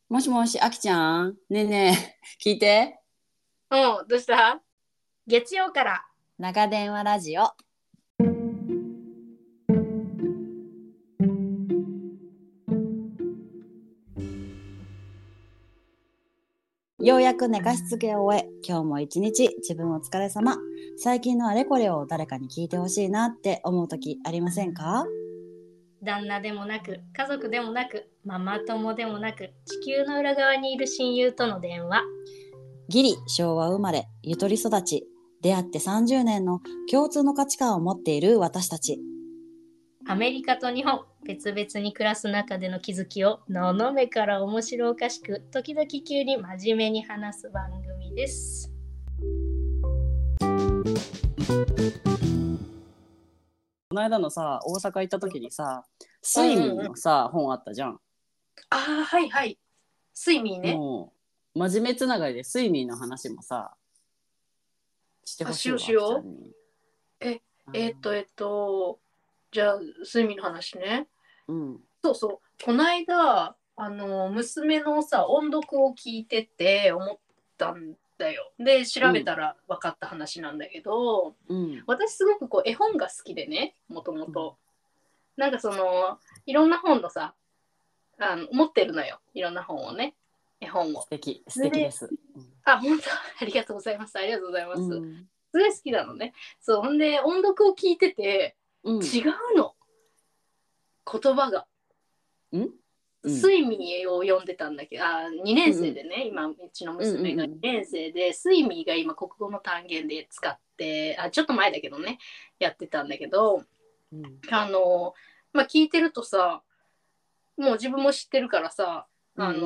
もしもし、あきちゃん。ねえねえ、聞いて。 うん、どうした？月曜から。 長電話ラジオ。ようやく寝かしつけを終え、今日も一日自分お疲れ様。最近のあれこれを誰かに聞いてほしいなって思う時ありませんか？ 旦那でもなく、家族でもなく、ママ友でもなく、地球の裏側にいる親友との電話。 ギリ昭和生まれ、ゆとり育ち、出会って30年の共通の価値観を持っている私たち。 アメリカと日本、別々に暮らす中での気づきを、ののめから面白おかしく、時々急に真面目に話す番組です。 この間のさ、大阪行った時にさ、睡眠のさ、本あったじゃん。 ああ、はいはい。睡眠ね。 もう、真面目つながりで睡眠の話もさ、してあ、しようほしいわ、あきちゃしよう。 んに。 え、 あえっと、えっと、じゃあ、睡眠の話ね。 うん。 そうそう、この間、娘のさ、音読を聞いてて思ったんだよ。で、調べうん。 たら分かった話なんだけど、 うん。 私すごくこう絵本が好きでね、もともうん。 と。なんかいろんな本のさ、持ってるのよ。いろんな本をね、絵本を。 素それで、 敵です。 本当、ありがとうございます。ありがとうございまうす。 ん。 すごい好きなのね。そう、ほんで、音読を聞いてて、 うん。 違うの、言葉が。 うん。うん。 睡眠を読んでたんだけど、2 うん。うん。 年生でね、今、うちのうん。 娘がうん。 2年生で、睡眠が今、国語の単元で使って、ちょっと前だけどね、やってたんだけど、 うん。 あの、聞いてるとさ、もう自分も知ってるからさ、 うん。うん。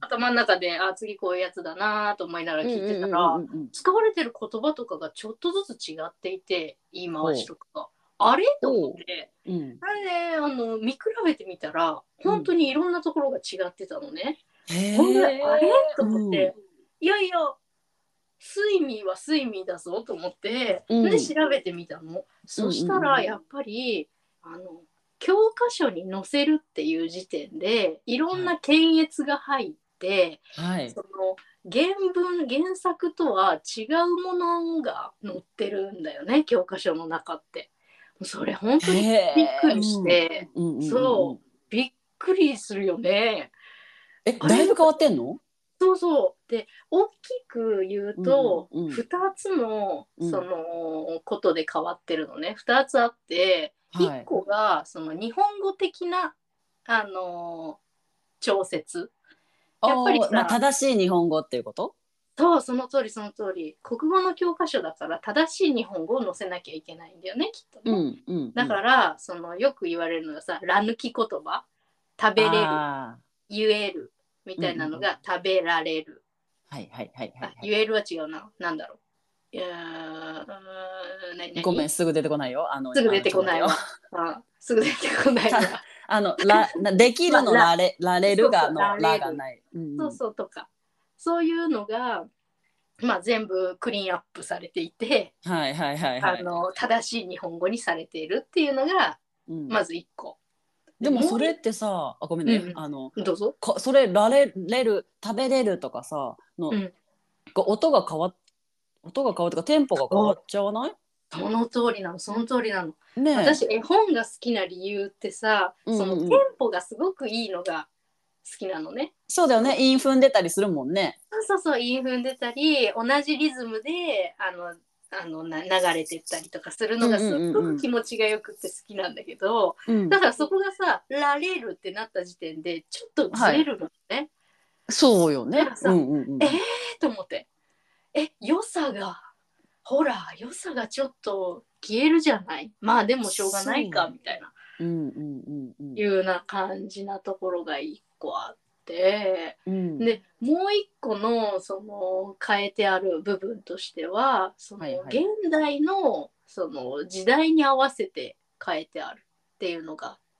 頭の中で、次こういうやつだなと思いながらうん。 聞いてたうん。 ら、 うん。 使われてる言葉とかがちょっとずつ違っていて、言い回しほう。 とかが。あれと思っほて、 う。うん。 見比べてみたら、 うん。 本当にいろんなところが違ってたのね。ほんで、 へえ。 あれと思っうん。 て、いやいや、睡眠は睡眠だぞと思って、で、 うん。 調べてみたの。 うん。 そしたら、 うん。 やっぱり、教科書に載せるっていう時点で、いろんはい。 な検閲が入って、 はい。 その、原作とは違うものが載ってるんだよね、教科書の中って。それ、本当にへびっくえ。 りしうん。 て、 うん。うん。うん。 そう、びっくりするよね。あれ、 だいぶ変わってんの？ そうそう。で、大きく言ううん。 と、 うん。 2つの、 うん。 ことで変わってるのね。2つあって、1 はい。 個が、日本語的な、あの調節。やっぱりああ、まあ、 さ、 正しい日本語っていうこと？ そう、その通り、その通り。国語の教科書だから、正しい日本語を載せなきゃいけないんだよね、きっとね。 うん。うん。うだん。 から、よく言われるのがさ、ら抜き言葉、食べれる、 ああ。 言える、みうん。うたいなのん。 が、食べられる。 はいはいはいはいはい。 言えるは違うな。なんだろう。 ごめん、 何すぐ出てこないよ。 すぐ出てちょっと待ってよ。 こないわ。すぐ出てこなたいわ。 できるのられるそうそう、 がのられる。 らがない。うんうそうん。 そうとか。そういうのが、全部クリーンアップされていて、 はいはいはいはい。 正しい日本語にされているっていうのが、 うん。 まず一個。 でで、もう一もそれってさ、ごめんね。 うんうん。どうぞ。 それられる、食べれるとかさ、 うん。 音が変わっ、音が変わるとか、テンポが変わっちゃわない？ その通りなの、その通りなの。 ね私、 え。 絵本が好きな理由ってさ、 うんうそのテんうん。 ンポがすごくいいのが好きなのね。 そうだよね。韻踏んでたりするもんね。 そうそうそう、韻踏んでたり、同じリズムで、流れてったりとかするのがすっうんうんうんうん。 ごく気持ちがよくって好きなんだけど、 うん。 だからそこがさ、られるってなった時点で、ちょっとずはい。 れるのね。 そうよね。 だからさ、 うんうんうえーん。 と思って、良さが、ほら、良さがちょっと消えるじゃない。まあでもしょうがないか、 そう。 みたいな。 うんうんうんうん。 いうような感じなところが一個あって、 うん。 でもう一個の変えてある部分としては、現はいはい。 代の時代に合わせて変えてあるっていうのがあって、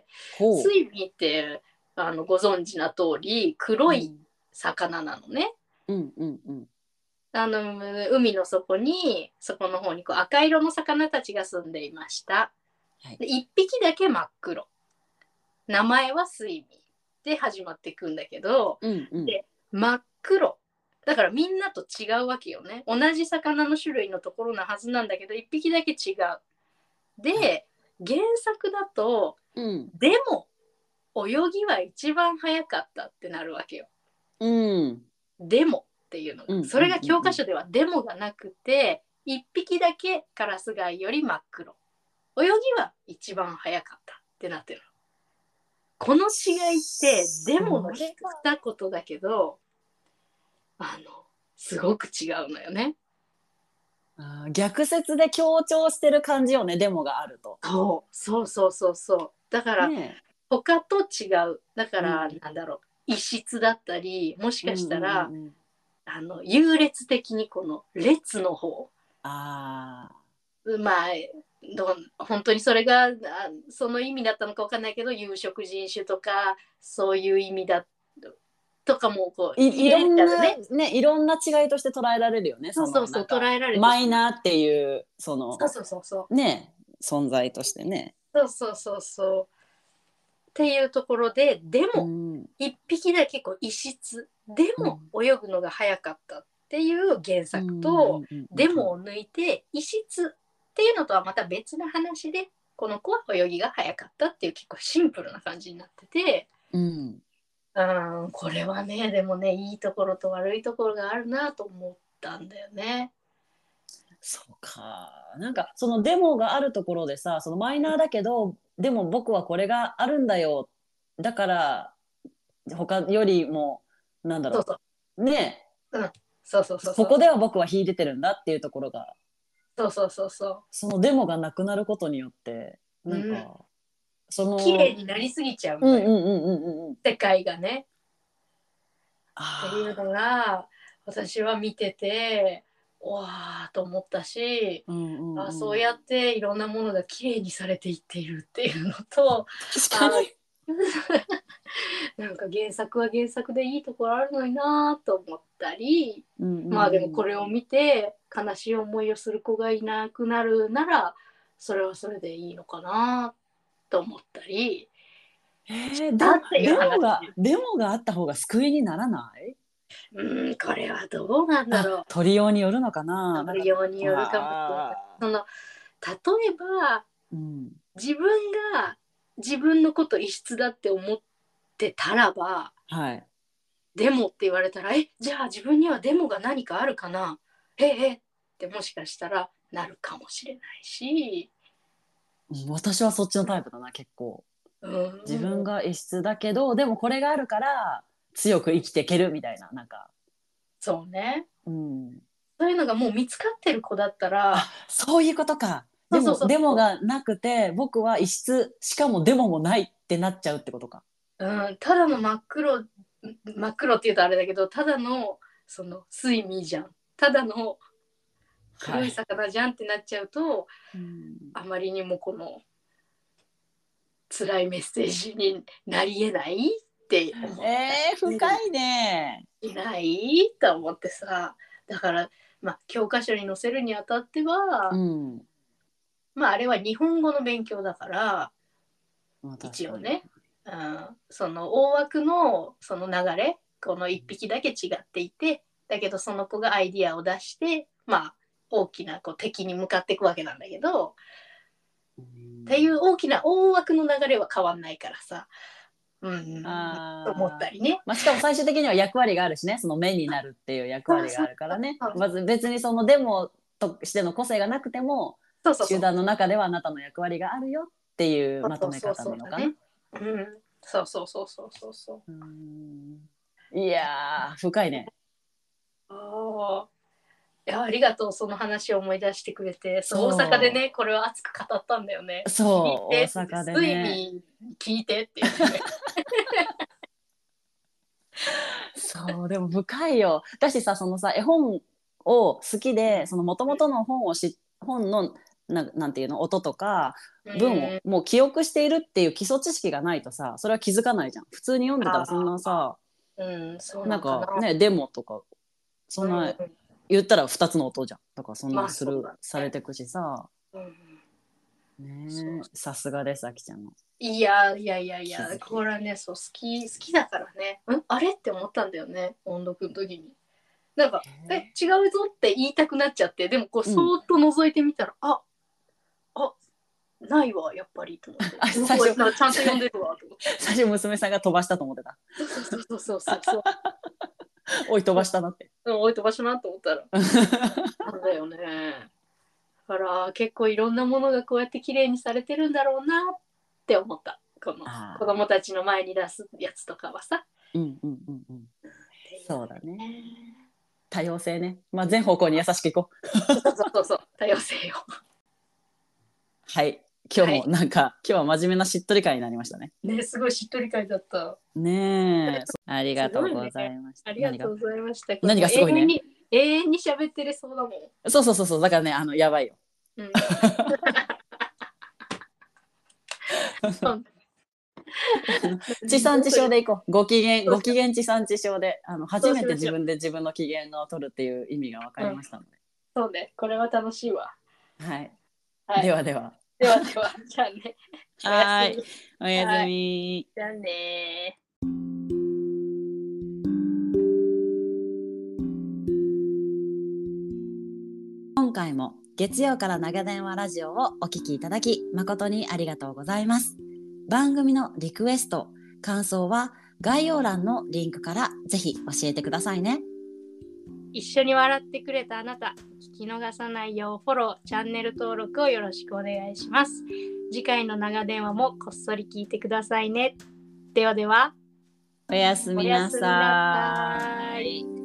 ほ睡眠ってご存知な通り黒う。ういん。 魚なのね。 うんうんうん。 海の底に、そこの方に赤色の魚たちが住んでいました。 はい。 で一匹だけ真っ黒。名前は睡眠。 で始まっていくんだけど、 うんうんで真っ黒だからみんなと違うわけよね。同じ魚の種類のところなはずなんだけど1匹だけ違う。で原作だとうんでも泳ぎは一番早かったってなるわけよ。 うんでもっていうのが、 うんそれが教科書ではでもがなくて1匹だけカラス貝より真っ黒、泳ぎは一番早かったってなってる。この違いってでもの二言だけどすごく違うのよね。 逆説で強調してる感じよね、デモがあると。 そうだからね他と違う。だかえ。 ら、 うんなんだろう異質だったりもしかしたら、 うんうんうん、 優劣的にこの列の方、 あまあ本当にそれがその意味だったのか分かんないけど有色人種とかそういう意味だとかもこういろんなね、 ね、いろんな違いとして捉えられるよね。 そうなんか捉えられてマイナーっていうね、存在としてね。 っていうところででうもん一匹だけこう異質でも泳ぐのが早かったっていう原作と、でもを抜いて異質っていうのとはまた別な話でこの子は泳ぎが早かったっていう結構シンプルな感じになってて、これはねでもねいいところと悪いところがあるなと思ったんだよね。 そうか。なんかそのデモがあるところでさ、そのマイナーだけど、でも僕はこれがあるんだよ。だから他よりもなんだろう。ね、ここでは僕は秀でてるんだっていうところが、そのデモがなくなることによってなんか、その綺麗になりすぎちゃうんだよ、世界がね。っていうのが私は見ててわーと思ったし、そうやっていろんなものが綺麗にされていっているっていうのとなんか原作は原作でいいところあるのになと思ったり、まあでもこれを見て悲しい思いをする子がいなくなるならそれはそれでいいのかなと思ったり、 デモがあった方が救いにならない？ これはどうなんだろう。 取りようによるのかな。 取りようによるかもしれない。例えば、自分が自分のこと異質だって思ってたらば、デモって言われたらじゃあ自分にはデモが何かあるかなってもしかしたらなるかもしれないし、 私はそっちのタイプだな結構。自分が異質だけどでもこれがあるから強く生きていけるみたいな、なんかそうね、そういうのがもう見つかってる子だったら、 そういうことか。でもデモがなくて僕は異質、しかもデモもないってなっちゃうってことか。 ただの真っ黒って言うとあれだけど、ただのその水味じゃん、ただの黒い魚じゃんってなっちゃうと、あまりにもこの辛いメッセージになりえないって思った。 深いね。 いないと思ってさ、だから教科書に載せるにあたっては、あれは日本語の勉強だから、一応ね、その大枠のその流れ、この1匹だけ違っていて、だけどその子がアイディアを出して大きなこう敵に向かっていくわけなんだけど、っていう大きな大枠の流れは変わんないからさ、と思ったりね。 しかも最終的には役割があるしね、その目になるっていう役割があるからね。まず別にそのデモとしての個性がなくても、集団の中ではあなたの役割があるよっていうまとめ方なのかな。いやー深いね。 ありがとう、その話を思い出してくれて。大阪でねこれを熱く語ったんだよね。 そう大阪でね、 聞いてって言ってねそうでも深いよ。だしさ、そのさ絵本を好きで、その元々の本のなんていうの、音とか文をもう記憶しているっていう基礎知識がないとさ、それは気づかないじゃん。普通に読んでたらそんなさ、なんかねデモとかそんな言ったら2つの音じゃん。だからそんなされてくしさ、 ね、さすがです、あきちゃんの。 いや、これはね、そう好きだからね。あれって思ったんだよね、音読の時に。なんか違うぞって言いたくなっちゃって、でもこうそーっと覗いてみたら、あないわやっぱりと思って。最初ちゃんと読んでるわと思って。 最初娘さんが飛ばしたと思ってた。 そうおい飛ばしたなって。 おい飛ばしたなと思ったら。なんだよね。だから結構いろんなものがこうやって綺麗にされてるんだろうなって思った。この子供たちの前に出すやつとかはさ。 そうだね。多様性ね。まあ全方向に優しくいこう。そう多様性よ。 はい。今日もなんか、今日は真面目なしっとり会になりましたね。 ね、すごいしっとり会だった。 ねえ、ありがとうございました。 ありがとうございました。 何がすごいね。 永遠に喋ってれそうだもん。 そう、だからね、やばいよ。地産地消でいこう。ご機嫌地産地消で、初めて自分で自分の機嫌を取るっていう意味が分かりましたので。 そうね、これは楽しいわ。 はい。では。 じゃあね。 はい。おやすみ。 じゃあね。 今回も月曜から長電話ラジオをお聞きいただき誠にありがとうございます。番組のリクエスト、感想は概要欄のリンクからぜひ教えてくださいね。 一緒に笑ってくれたあなた、聞き逃さないようフォロー、チャンネル登録をよろしくお願いします。次回の長電話もこっそり聞いてくださいね。ではでは、 おやすみなさい。